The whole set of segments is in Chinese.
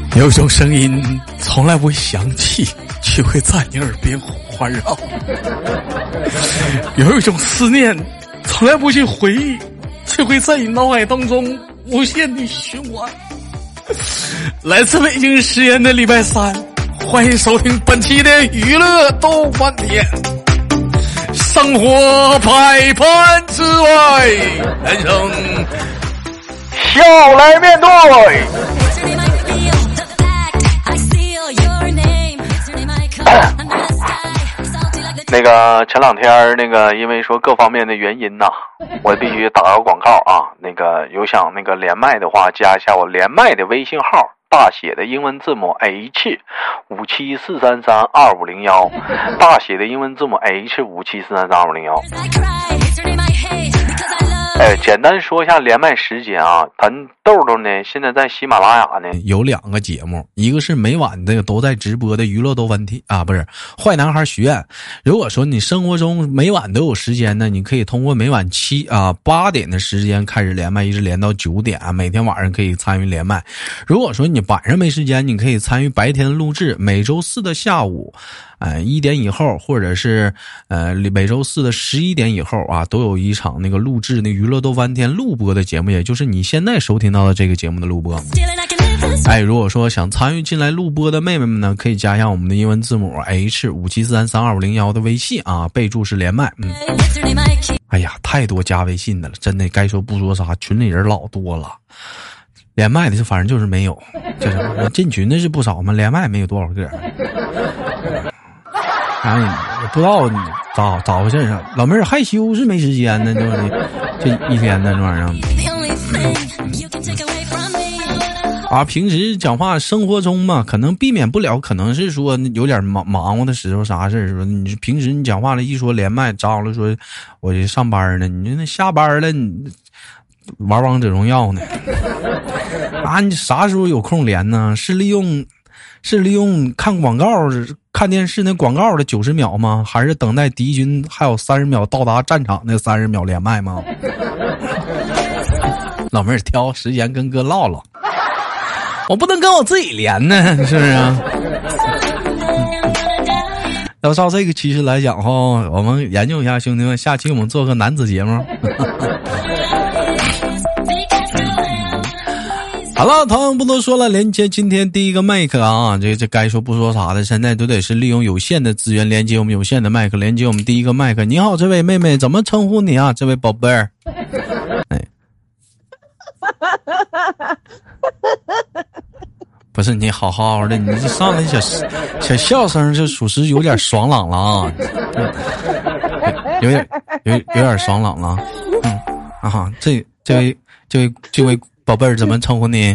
有一种声音从来不会响起，却会在你耳边环绕；有一种思念从来不去回忆，却会在你脑海当中无限的循环。来自北京时间的礼拜三，欢迎收听本期的娱乐逗翻天。生活百般滋味，人生笑来面对。那个前两天因为说各方面的原因我必须打个广告啊。有想连麦的话，加一下我连麦的微信号，大写的英文字母 H574332501，大写的英文字母 H574332501。简单说一下连麦时间啊，咱豆豆呢现在在喜马拉雅呢有2个节目，一个是每晚的都在直播的娱乐逗翻天啊，不是坏男孩学院。如果说你生活中每晚都有时间呢，你可以通过每晚8点的时间开始连麦，一直连到9点啊，每天晚上可以参与连麦。如果说你晚上没时间，你可以参与白天的录制，每周4的下午1点以后，或者是每周4的11点以后啊，都有一场录制娱乐逗翻天录播的节目，也就是你现在收听到的这个节目的录播。如果说想参与进来录播的妹妹们呢，可以加一下我们的英文字母 H574332501的微信啊，备注是连麦。哎呀，太多加微信的了，真的该说不说啥，群里人老多了。连麦的是反正就是没有，就是进群的是不少嘛，连麦没有多少个。也不知道你咋回事啊？老妹儿害羞是没时间呢，就是这一天呢这玩意儿啊。平时讲话生活中嘛，可能避免不了，可能是说有点忙活的时候啥事儿。说你平时你讲话了，一说连麦，张了说我这上班呢，你那下班了你玩王者荣耀呢啊？你啥时候有空连呢？是利用看广告、看电视那广告的90秒吗？还是等待敌军还有30秒到达战场那30秒连麦吗？老妹儿挑时间跟哥唠唠，我不能跟我自己连呢，是不是啊？要照这个趋势来讲我们研究一下，兄弟们，下期我们做个男子节目。好了，同样不多说了，连接今天第一个麦克啊，这该说不说啥的，现在都得是利用有限的资源连接我们有限的麦克，连接我们第一个麦克。你好，这位妹妹，怎么称呼你啊？这位宝贝儿。不是你好好的，你这上来小笑声就属实有点爽朗了啊，有点爽朗了。这位宝贝儿怎么称呼你？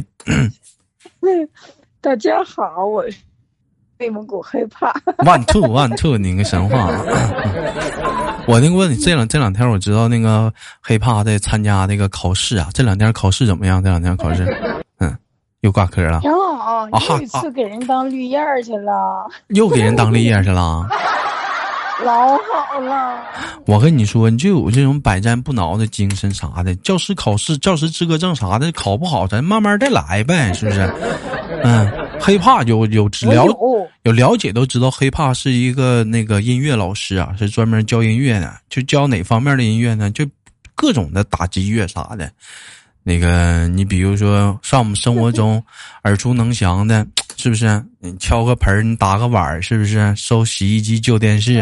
大家好，我是内蒙古黑怕。 One two， 你个神话。我问你，这两天我知道黑怕在参加那个考试啊，这2天考试怎么样？这2天考试，又挂科了。 挺好，又一次给人当绿叶去了。 又给人当绿叶去了。 老好了， 我跟你说，你就有这种百战不挠的精神啥的，教师考试、教师资格证啥的考不好，咱慢慢再来呗，是不是？黑怕有了解都知道，黑怕是一个音乐老师啊，是专门教音乐的，就教哪方面的音乐呢？就各种的打击乐啥的。你比如说上我们生活中耳熟能详的，是不是？你敲个盆，你打个碗，是不是？收洗衣机、旧电视，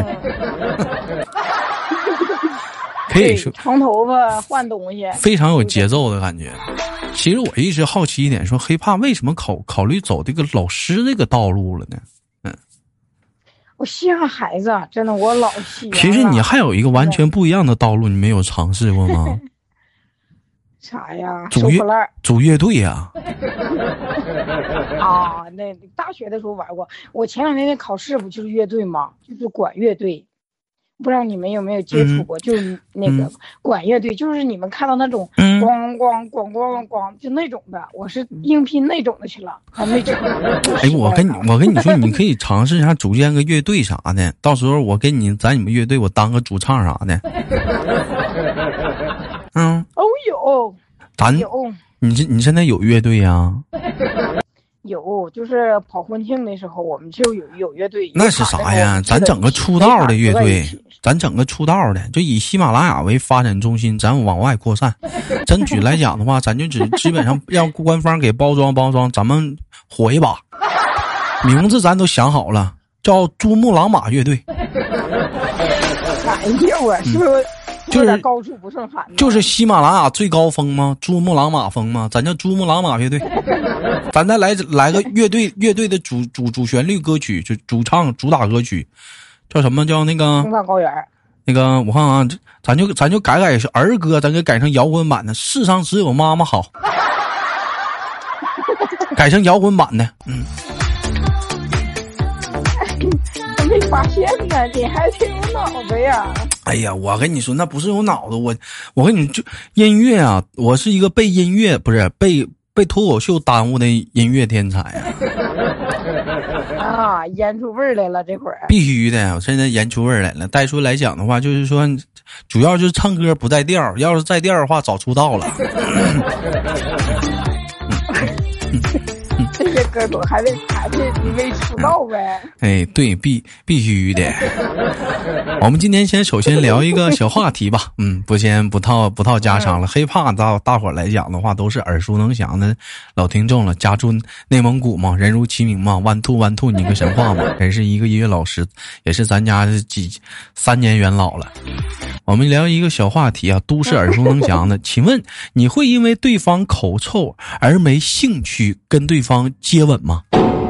可以说长头发换东西， 非常有节奏的感觉。其实我一直好奇一点，说黑怕为什么考虑走这个老师这个道路了呢？ 我稀罕孩子，真的我老稀罕。 其实你还有一个完全不一样的道路，你没有尝试过吗？ 啥呀？ 组乐队呀！ 啊，那大学的时候玩过。我前2天的考试不就是乐队吗？就是管乐队。不知道你们有没有接触过，就是那个管乐队，就是你们看到那种咣咣咣咣咣就那种的，我是应聘那种的去了，还没成。 我跟你说，你可以尝试一下组建个乐队啥的，到时候我给你咱们乐队我当个主唱啥的。 有， 你现在有乐队呀？ 有，就是跑婚庆的时候，我们就有乐队。 那是啥呀？咱整个出道的乐队，咱整个出道的，就以喜马拉雅为发展中心，咱往外扩散。争取来讲的话，咱就基本上让官方给包装，咱们火一把。名字咱都想好了，叫珠穆朗玛乐队。 哎呀，我说。就是高处不胜寒， 就是喜马拉雅最高峰吗？珠穆朗玛峰吗？咱叫珠穆朗玛乐队。咱再来个乐队的主旋律歌曲，就主唱主打歌曲，叫什么？叫那个青藏高原。 那个我看啊，咱就改是儿歌，咱给改成摇滚版的。世上只有妈妈好，改成摇滚版的。 没发现呢，你还挺有脑子呀。 哎呀，我跟你说，那不是有脑子，我跟你就音乐啊，我是一个被音乐不是被脱口秀耽误的音乐天才啊！研出味儿来了，这会儿必须的，我现在研出味儿来了。带出来讲的话，就是说，主要就是唱歌不在调，要是在调的话，早出道了。 这些歌手还得没出道呗。 哎，对，必须的。我们今天首先聊一个小话题吧，不套家常了。黑怕大伙来讲的话，都是耳熟能详的老听众了。家住内蒙古嘛，人如其名嘛，One Two，你个神话嘛，人是一个音乐老师，也是咱家的3年元老了。我们聊一个小话题啊，都市耳熟能详的。请问你会因为对方口臭而没兴趣跟对方接吻吗？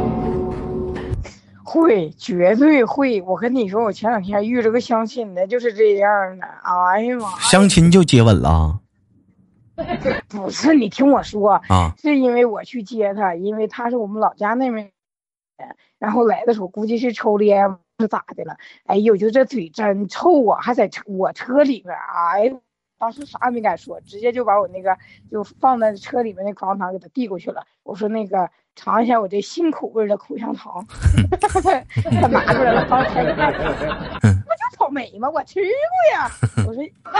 会，绝对会。我跟你说，我前2天遇着个相亲的，就是这样的。哎呀妈！ 相亲就接吻了？ 不是，你听我说啊， 是因为我去接他，因为他是我们老家那边人，然后来的时候估计是抽的烟是咋的了？哎呦，就这嘴真臭啊！还在我车里边，哎，当时啥也没敢说，直接就把我那个就放在车里面那口香糖给他递过去了。我说那个尝一下我这新口味的口香糖，他拿出来了，刚开始看，不就草莓吗？我吃过呀。我说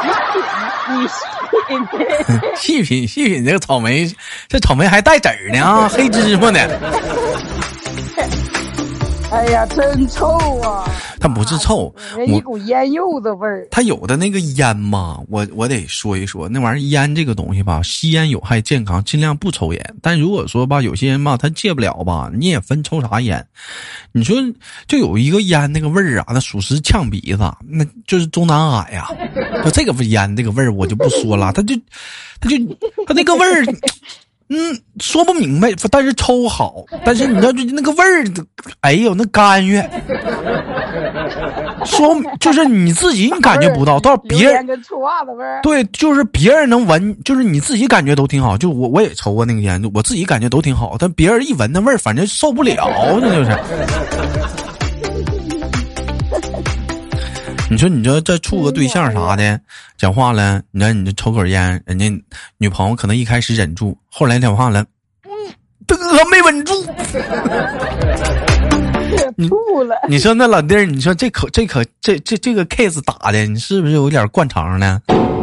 你细品这个草莓，这草莓还带籽儿呢啊，黑芝麻的。 哎呀，真臭啊！ 它不是臭， 一股烟柚子味儿。 它有的那个烟嘛，我得说一说，那玩意儿烟这个东西吧，吸烟有害健康，尽量不抽烟。但如果说吧，有些人吧，他戒不了吧，你也分抽啥烟。你说就有一个烟那个味儿啊，那属实呛鼻子，那就是中南海呀。就这个烟这个味儿我就不说了，它那个味儿。说不明白，但是抽好，但是你知道就那个味儿，哎呦，那干哕，说就是你自己你感觉不到，到别人跟臭袜子味儿， 对，就是别人能闻，就是你自己感觉都挺好。就我也抽过那个烟，我自己感觉都挺好，但别人一闻那味儿，反正受不了，那就是。你说这处个对象啥的，讲话了，你知道你这抽口烟，人家女朋友可能一开始忍住，后来讲话了，没稳住， 吐了。你说那老弟儿，你说这个 case 打的，你是不是有点灌肠呢？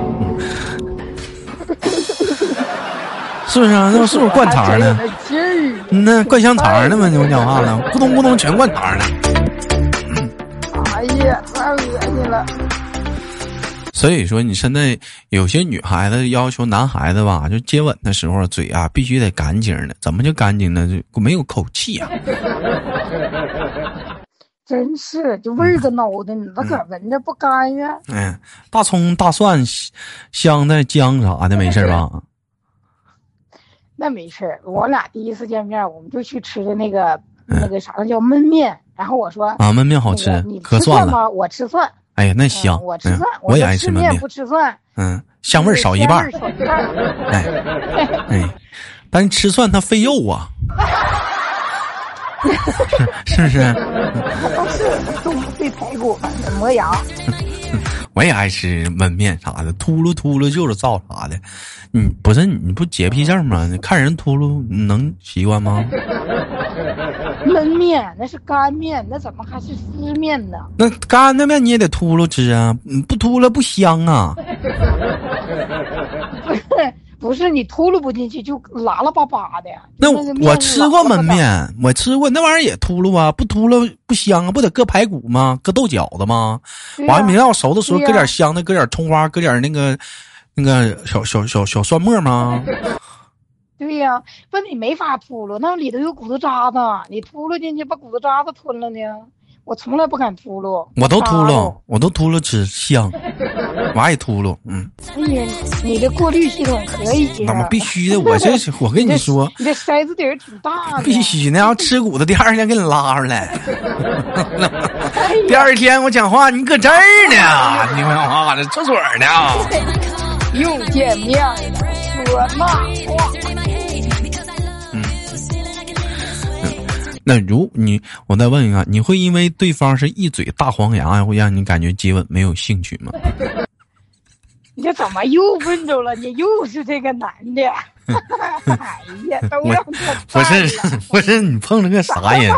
是不是啊？那是不是灌肠呢？那灌香肠呢吗？你讲话了，咕咚咕咚全灌肠了。 哎呀，太恶心了。 所以说，你现在有些女孩子要求男孩子吧，就接吻的时候嘴啊必须得干净的，怎么就干净呢？就没有口气啊。 真是，就味儿个孬的，你自个儿闻着不干呀？ 大葱、大蒜、香的姜啥的，没事吧？ 那没事，我俩第一次见面，我们就去吃的那个啥叫焖面。然后我说啊，焖面好吃， 你可蒜了吗？我吃蒜。 哎呀，那香， 我吃蒜， 我也爱吃焖面， 不吃蒜。 香味少一半。哎，但是吃蒜它费肉啊，是不是？ 是东北排骨磨牙。 我也爱吃焖面啥的，秃噜就是燥啥的。不是你不洁癖症吗？你看人秃噜，你能习惯吗？ 焖面那是干面，那怎么还是湿面呢？ 那干的面你也得秃噜吃啊，不秃噜不香啊。 不是你秃噜不进去，就拉拉巴巴的。 那我吃过焖面，我吃过那玩意儿也秃噜啊，不秃噜不香啊，不得搁排骨吗？搁豆角子吗？完了没让熟的时候搁点香的，搁点葱花，搁点那个小蒜末吗？ 对呀，不你没法秃噜，那里头有骨头渣子，你秃噜进去把骨头渣子吞了呢。我从来不敢秃噜， 我都秃噜吃香，我爱秃噜， 你的过滤系统可以。 那么必须的，我跟你说， 你这筛子底儿挺大的。 必须的，要吃骨头，第二天给你拉出来。第二天我讲话，你搁这儿呢，你讲话这厕所呢， 又见面说那话。 那我再问一个，你会因为对方是一嘴大黄牙，会让你感觉接吻没有兴趣吗？ 你这怎么又问着了？你又是这个男的？哎呀，都让他不是你碰了个啥人？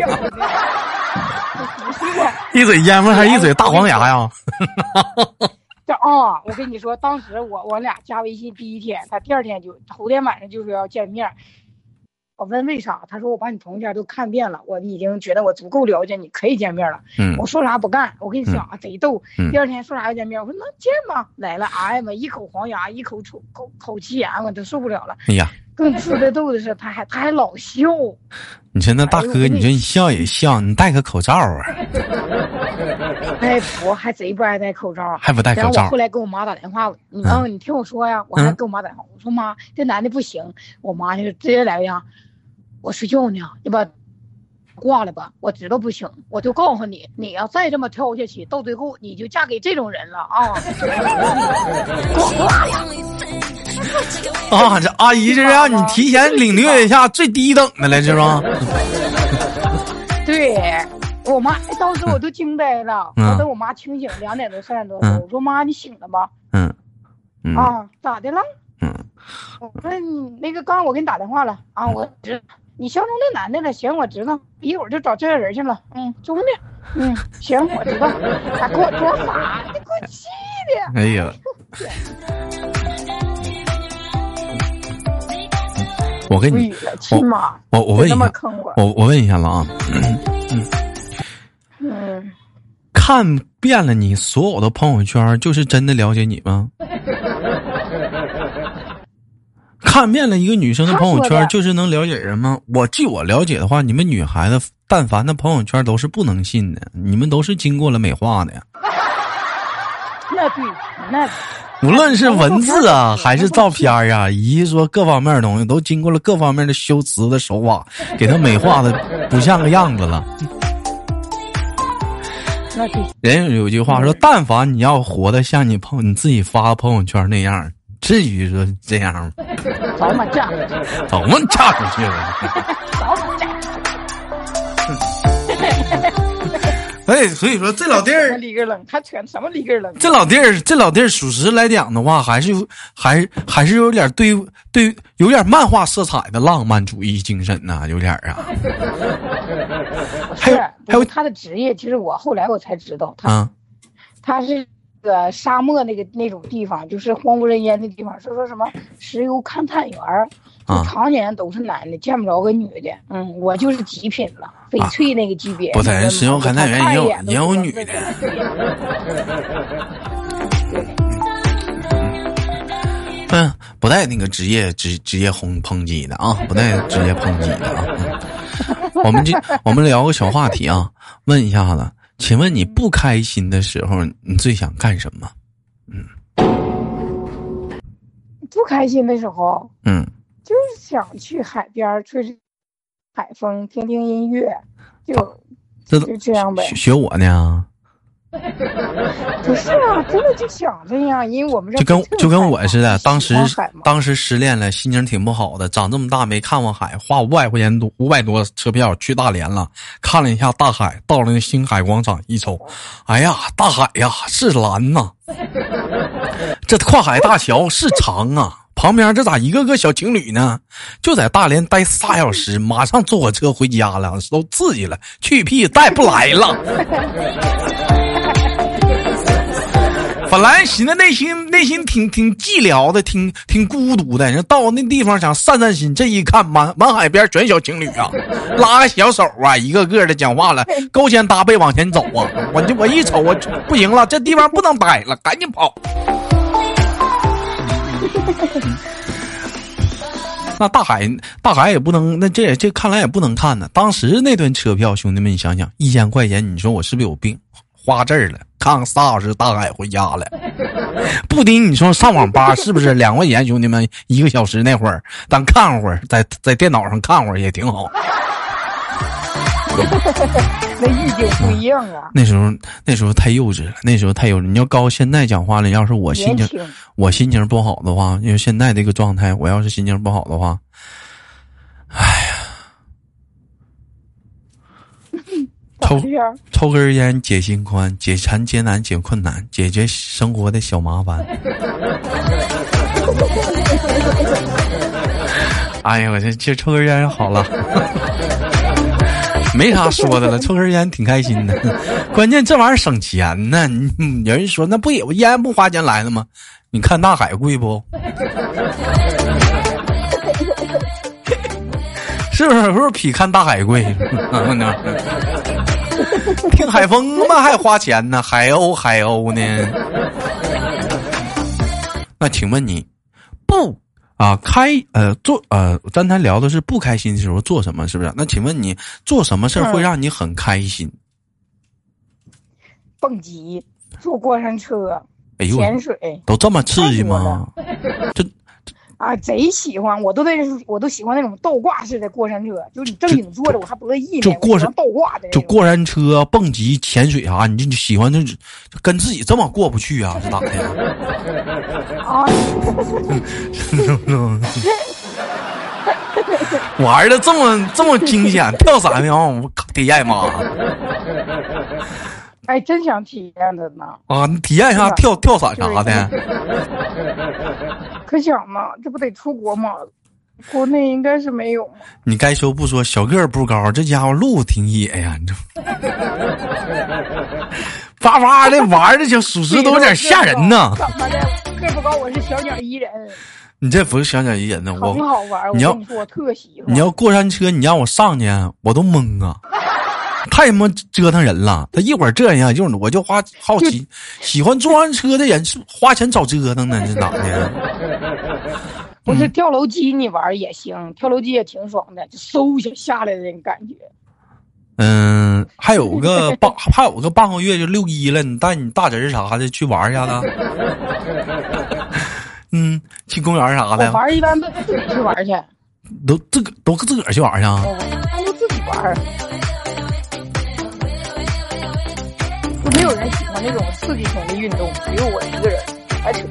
一嘴烟味还一嘴大黄牙呀？ 我跟你说，当时我俩加微信第一天，他第二天头天晚上就说要见面。我问为啥，他说我把你朋友圈都看遍了，我已经觉得我足够了解你，可以见面了。我说啥不干，我跟你讲贼逗。第二天说啥要见面，我说那见吧，来了，哎呀妈，一口黄牙，一口口气炎，我都受不了了。哎呀，更刺的逗的是他还老笑。 你说那大哥，你说你笑也笑，你戴个口罩啊？ 哎，我还贼不爱戴口罩， 还不戴口罩。 然后我后来跟我妈打电话，你听我说呀，我还跟我妈打电话，我说妈，这男的不行，我妈就直接来呀。我睡觉呢，你把挂了吧，我知道不行，我就告诉你，你要再这么跳下去，到最后你就嫁给这种人了啊！ 啊，这阿姨这让你提前领略一下最低等的了，是吧？ 对，我妈当时我都惊呆了，我等我妈清醒2点多3点多，我说妈你醒了吧？咋的了？我说你那个刚我给你打电话了啊，我知道你相中那男的了，行，我知道，一会儿就找这个人去了，中的，行，我知道，还给我装傻，你给我气的， 哎呀，我跟你，我问一下，我问一下了啊，看遍了你所有的朋友圈，就是真的了解你吗？看遍了一个女生的朋友圈，就是能了解人吗？据我了解的话，你们女孩子但凡的朋友圈都是不能信的，你们都是经过了美化的呀。 那对，那无论是文字啊，还是照片啊，以及说各方面的东西，都经过了各方面的修辞的手法，给它美化的不像个样子了。 那对， 人有句话说，但凡你要活得像你自己发朋友圈那样，至于说这样吗？ 早晚嫁出去， 早晚嫁出去了。 早晚嫁出去。 哎，所以说这老弟儿里根冷，他全什么里根冷？ 这老弟儿，属实来讲的话，还是有点对，有点漫画色彩的浪漫主义精神呐，有点啊。 还有他的职业，其实我后来我才知道，他是个沙漠那种地方，就是荒无人烟的地方，说什么石油勘探员，就常年都是男的，见不着个女的。我就是极品了，翡翠那个级别。 不对，石油勘探员也有女的。不带那个职业抨击的啊，不带职业抨击的啊。我们聊个小话题啊，问一下子，请问你不开心的时候，你最想干什么？ 不开心的时候，就是想去海边吹吹海风，听听音乐，就这样呗。 学我呢？ 不是啊，真的就想这样，因为我们这就跟我似的，当时失恋了，心情挺不好的，长这么大没看过海，花500多车票去大连了，看了一下大海，到了那星海广场一瞅，哎呀，大海呀是蓝呐，这跨海大桥是长啊，旁边这咋一个个小情侣呢？就在大连待3小时，马上坐火车回家了，都刺激了，去屁再不来了。 本来寻思内心挺寂寥的，挺孤独的，到那地方想散散心，这一看满海边全小情侣啊，拉个小手啊，一个个的讲话了，勾肩搭背往前走啊，我一瞅我不行了，这地方不能待了，赶紧跑。那大海也不能，那这看来也不能看呢。当时那顿车票，兄弟们，你想想，1000块钱，你说我是不是有病？花这儿了，看3小时大海回家了。不顶，你说上网吧是不是2块钱？兄弟们，1个小时那会儿，咱看会儿，在电脑上看会儿也挺好。 那意境不一样啊。 那时候太幼稚了，那时候太幼稚。你要高现在讲话了，要是我心情不好的话，因为现在这个状态，我要是心情不好的话，哎呀，抽根烟解心宽，解馋艰难解困难，解决生活的小麻烦。哎呀，我这抽根烟好了。没啥说的了，抽根烟挺开心的。关键这玩意儿省钱呢。有人说那不也烟不花钱来的吗？你看大海贵不？是不是？不是比看大海贵？听海风嘛还花钱呢，海鸥呢？那请问你不？刚才聊的是不开心的时候做什么，是不是？那请问你做什么事会让你很开心？ 蹦极、坐过山车、潜水， 都这么刺激吗？这啊，贼喜欢！我都喜欢那种倒挂式的过山车，就是你正经坐着我还不乐意呢。 就过山倒挂的， 就过山车、蹦极、潜水啊，你就喜欢就跟自己这么过不去啊？是咋的呀？ 啊！ 玩的这么惊险，跳伞让我体验吗？ 哎，真想体验的呢！ 啊，你体验一下跳伞啥的。 可想呢，这不得出国吗？国内应该是没有。 你该说不说，小个儿不高，这家伙路挺野呀，你这哇哇的玩的，就属实都有点吓人呢。 怎么的？个不高，我是小鸟依人。 你这不是小鸟依人呢？ 很好玩， 你说我特喜欢。 你要过山车，你让我上去，我都懵啊！太他妈折腾人了，他一会儿这样，一会儿我就好奇，喜欢坐山车的人是花钱找折腾呢，这哪的？ 不是跳楼机，你玩也行，跳楼机也挺爽的，就嗖一下下来的那种感觉。 还有个半个月就6·1了，你带你大侄啥的去玩一下子。去公园啥的。 我玩一般都自己去玩去。 都自个儿去玩去啊？ 都自己玩。就没有人喜欢那种刺激型的运动，只有我一个人，还扯。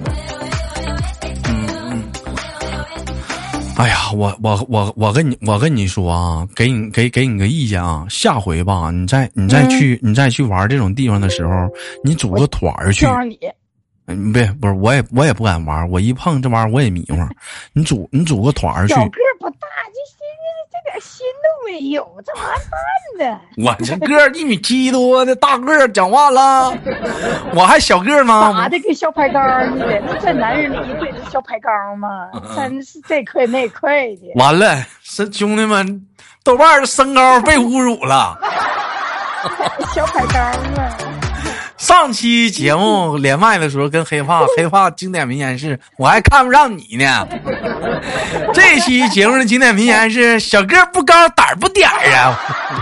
哎呀，我跟你说啊，给你个意见啊，下回吧，你再去玩这种地方的时候，你组个团儿去。不是，我也不敢玩，我一碰这玩意儿我也迷糊。你组个团儿去。 小个不大，这点心都没有，这完蛋的。 我这个1.7米多的大个讲话了，我还小个吗？ 咋的跟小排缸似的？那在男人里一对是小排缸吗？真是这块那块的。 完了，兄弟们，豆瓣的身高被侮辱了。 小排缸啊！ 上期节目连麦的时候跟黑怕经典名言是我还看不上你呢。这期节目的经典名言是小个不高胆儿不点儿啊。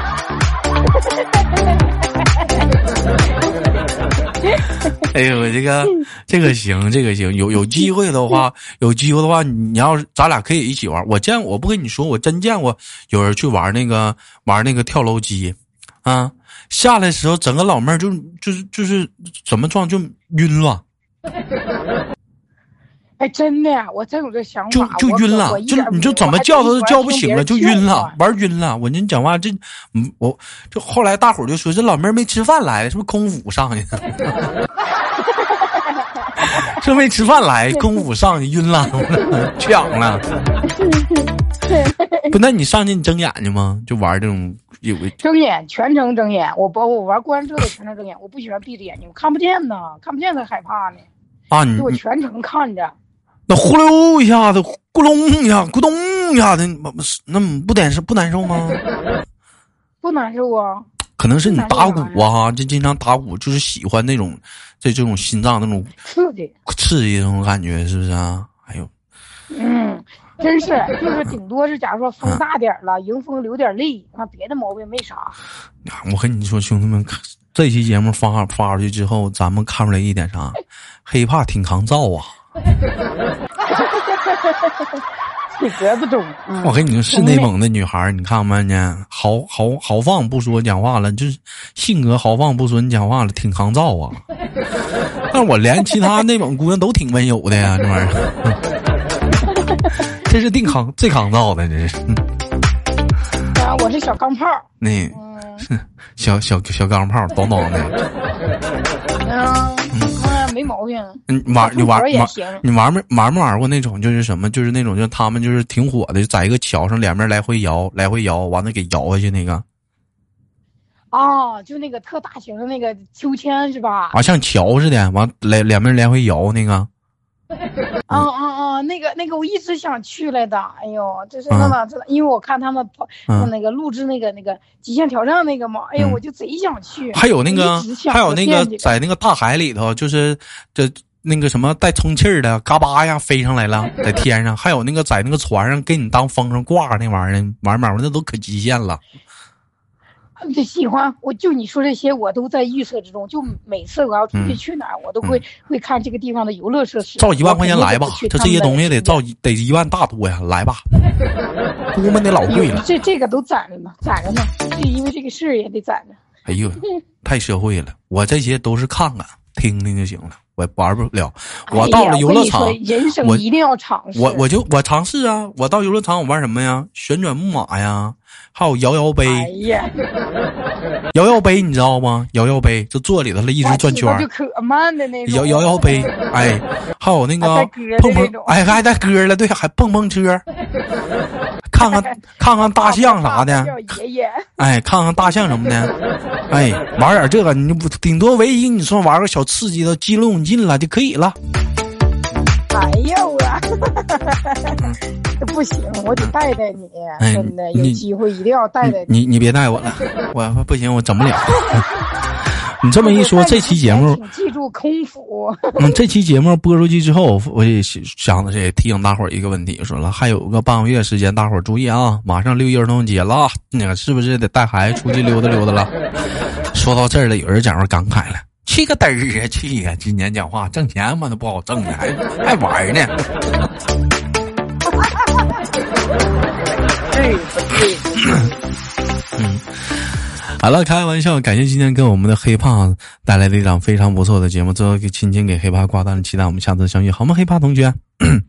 哎呦，这个行，有机会的话，你要是咱俩可以一起玩。我不跟你说，我真见过有人去玩那个跳楼机啊。下来的时候，整个老妹儿就是怎么撞就晕了。 哎，真的呀，我真有这想法， 就晕了，你就怎么叫都叫不醒了，就晕了，玩晕了。我跟你讲话，我就后来大伙儿就说这老妹儿没吃饭来的，是不是空腹上去的？这没吃饭来，空腹上去晕了，去氧了。 不，那你上去你睁眼睛吗？就玩这种有睁眼，全程睁眼。我玩过山车的全程睁眼，我不喜欢闭着眼睛，我看不见呢，看不见才害怕呢。 啊，你我全程看着。 那呼溜一下子，咕隆一下，咕咚一下的，那不难受吗？ 不难受啊。 可能是你打鼓啊，就经常打鼓，就是喜欢那种这种心脏那种刺激那种感觉，是不是啊？哎呦， 真是，就是顶多是假如说风大点了，迎风流点泪，别的毛病没啥。 我跟你说，兄弟们，这期节目发出去之后，咱们看出来一点啥？黑怕挺抗造啊。 格子中， 我跟你说，是内蒙的女孩，你看没呢？豪放不说讲话了，就是性格豪放不说你讲话了，挺抗造啊。但我连其他内蒙姑娘都挺温柔的呀，这玩意儿，这是最抗造的，这是。 啊，我是小钢炮。 那，小钢炮，咚咚的。 没毛病。 你玩没玩过那种就是什么，就是那种就他们就是挺火的，在一个桥上两边来回摇，完了给摇下去那个。 哦，就那个特大型的那个秋千是吧？ 啊，像桥似的，完两边来回摇那个。 那个我一直想去来的。哎呦，这是那么，因为我看他们那个录制那个极限挑战那个嘛，哎呦，我就贼想去。 还有那个在那个大海里头，就是那个什么带充气的，嘎巴呀飞上来了，在天上。还有那个在那个船上给你当风筝挂那玩意儿，那都可极限了。 就喜欢，就你说这些我都在预测之中，就每次我要出去哪儿，我都会看这个地方的游乐设施。 照1万块钱来吧，这些东西得1万大多呀，来吧，估摸得老贵了。 这个都攒着呢，就因为这个事儿也得攒着。 哎呦，太社会了，我这些都是看看听听就行了，我玩不了。我到了游乐场， 人生一定要尝试。 我尝试啊，我到游乐场我玩什么呀？旋转木马呀。还有摇摇杯， 哎呀， 摇摇杯你知道吗？摇摇杯就坐里头了，一直转圈， 就可慢的那种。 摇摇杯，哎，还有那个碰碰，哎，还带歌了，对，还碰碰车，看看大象啥的，哎，看看大象什么的，哎，玩点这个，你不顶多唯一你说玩个小刺激的激流勇进了就可以了。 哎呦啊！不行，我得带你，真的有机会一定要带你。 你别带我了，我不行，我整不了。你这么一说，这期节目记住空腹。 这期节目播出去之后，我也想的是提醒大伙儿一个问题，说了还有个半个月时间，大伙儿注意啊，马上6一儿童节了，那个是不是得带孩子出去溜达溜达了？说到这儿了，有人讲话感慨了。去个嘚儿啊！去呀！今年讲话挣钱嘛都不好挣呢，还玩呢。好了，开玩笑，感谢今天跟我们的黑怕带来的一档非常不错的节目，最后轻轻给黑怕挂断了，期待我们下次相遇，好吗？黑怕同学。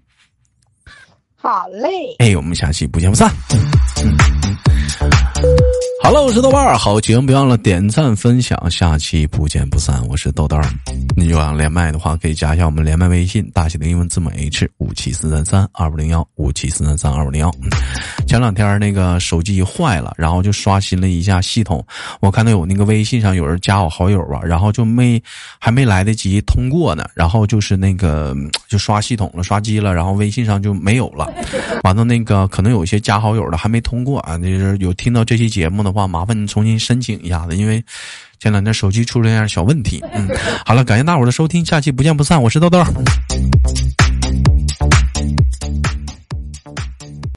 好嘞。 哎，我们下期不见不散。好了，我是豆瓣，好节目别忘了点赞分享，下期不见不散。我是豆豆，你有想连麦的话可以加一下我们连麦微信，大写的英文字母 H574332501，574332501。前两天那个手机坏了，然后就刷新了一下系统，我看到有那个微信上有人加我好友啊，然后就还没来得及通过呢，然后就是那个就刷系统了，刷机了，然后微信上就没有了。完了那个可能有一些加好友的还没通过啊，就是有听到这期节目的话，麻烦你重新申请一下子，因为前两天手机出了点小问题。好了，感谢大伙的收听，下期不见不散，我是豆豆。